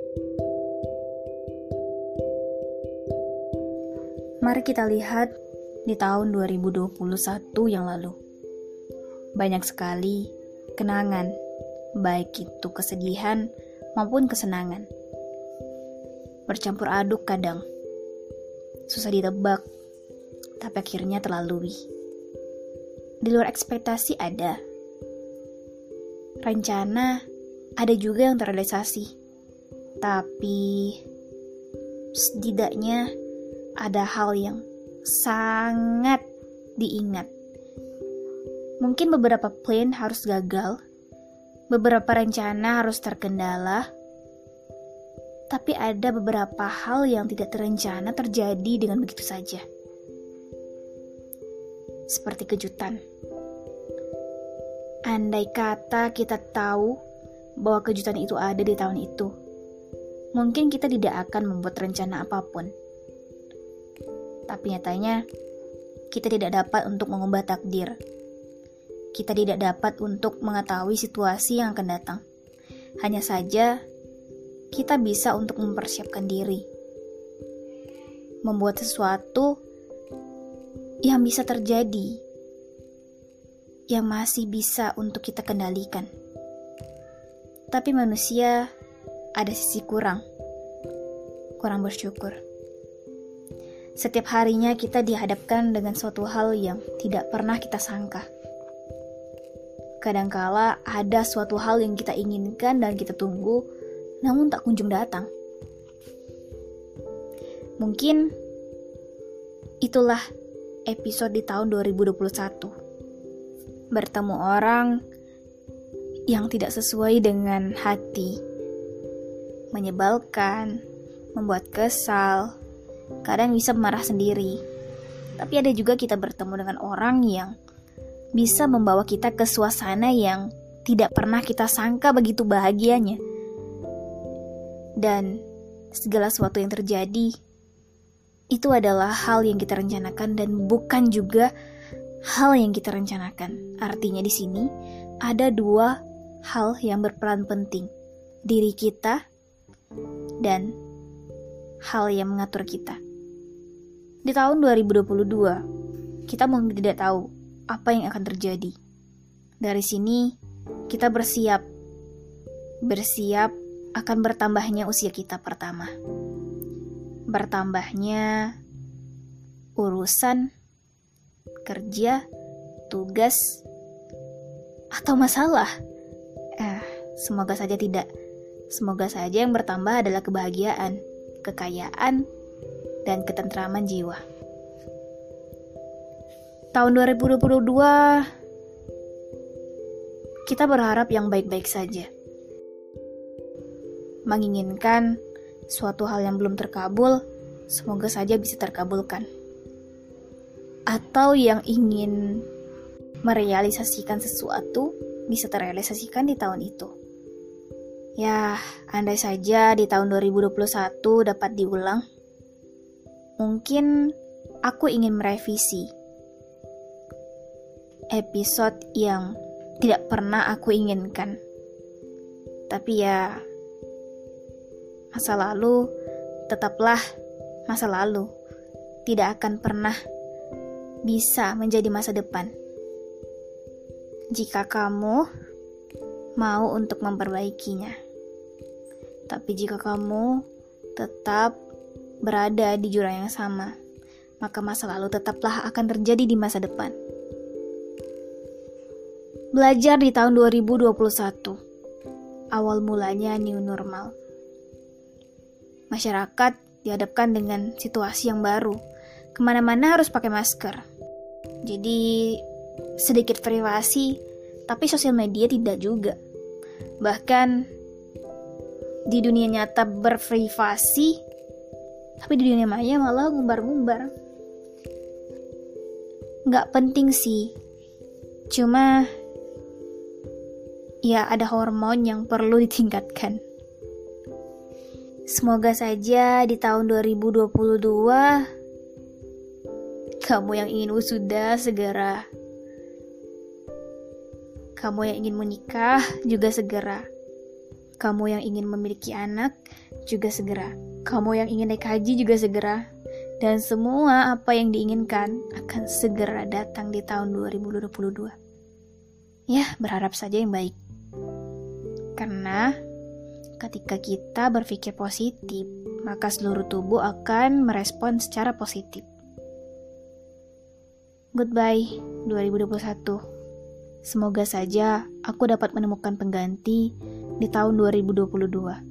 Mari kita lihat di tahun 2021 yang lalu. Banyak sekali kenangan, baik itu kesedihan maupun kesenangan. Bercampur aduk kadang, susah ditebak, tapi akhirnya terlalui. Di luar ekspektasi ada, rencana ada juga yang terrealisasi, tapi setidaknya ada hal yang sangat diingat. Mungkin beberapa plan harus gagal, beberapa rencana harus terkendala, tapi ada beberapa hal yang tidak terencana terjadi dengan begitu saja. Seperti kejutan. Andai kata kita tahu bahwa kejutan itu ada di tahun itu, mungkin kita tidak akan membuat rencana apapun. Tapi nyatanya, kita tidak dapat untuk mengubah takdir. Kita tidak dapat untuk mengetahui situasi yang akan datang. Hanya saja, kita bisa untuk mempersiapkan diri. Membuat sesuatu yang bisa terjadi, yang masih bisa untuk kita kendalikan. Tapi manusia ada sisi kurang bersyukur. Setiap harinya kita dihadapkan dengan suatu hal yang tidak pernah kita sangka. Kadangkala ada suatu hal yang kita inginkan dan kita tunggu, namun tak kunjung datang. Mungkin itulah episode di tahun 2021. Bertemu orang yang tidak sesuai dengan hati. Menyebalkan, membuat kesal, kadang bisa marah sendiri. Tapi ada juga kita bertemu dengan orang yang bisa membawa kita ke suasana yang tidak pernah kita sangka begitu bahagianya. Dan segala sesuatu yang terjadi itu adalah hal yang kita rencanakan dan bukan juga hal yang kita rencanakan. Artinya di sini ada dua hal yang berperan penting. Diri kita dan hal yang mengatur kita. Di tahun 2022, kita mungkin tidak tahu apa yang akan terjadi. Dari sini kita bersiap akan bertambahnya usia kita pertama. Bertambahnya urusan, kerja, tugas, atau masalah. Semoga saja tidak. Semoga saja yang bertambah adalah kebahagiaan, kekayaan, dan ketentraman jiwa. Tahun 2022, kita berharap yang baik-baik saja. Menginginkan suatu hal yang belum terkabul, semoga saja bisa terkabulkan. Atau yang ingin merealisasikan sesuatu, bisa terrealisasikan di tahun itu. Ya, andai saja di tahun 2021 dapat diulang, mungkin aku ingin merevisi episode yang tidak pernah aku inginkan. Tapi ya, masa lalu tetaplah masa lalu, tidak akan pernah bisa menjadi masa depan. Jika kamu mau untuk memperbaikinya. Tapi jika kamu tetap berada di jurang yang sama, maka masa lalu tetaplah akan terjadi di masa depan. Belajar di tahun 2021, awal mulanya new normal. Masyarakat dihadapkan dengan situasi yang baru. Kemana-mana harus pakai masker. Jadi sedikit privasi, tapi sosial media tidak juga. Bahkan di dunia nyata berprivasi, tapi di dunia maya malah ngumbar-ngumbar. Nggak penting sih, cuma ya ada hormon yang perlu ditingkatkan. Semoga saja di tahun 2022 kamu yang ingin wisuda segera. Kamu yang ingin menikah juga segera. Kamu yang ingin memiliki anak juga segera. Kamu yang ingin naik haji juga segera. Dan semua apa yang diinginkan akan segera datang di tahun 2022. Ya, berharap saja yang baik. Karena ketika kita berpikir positif, maka seluruh tubuh akan merespon secara positif. Goodbye 2021. Semoga saja aku dapat menemukan pengganti di tahun 2022.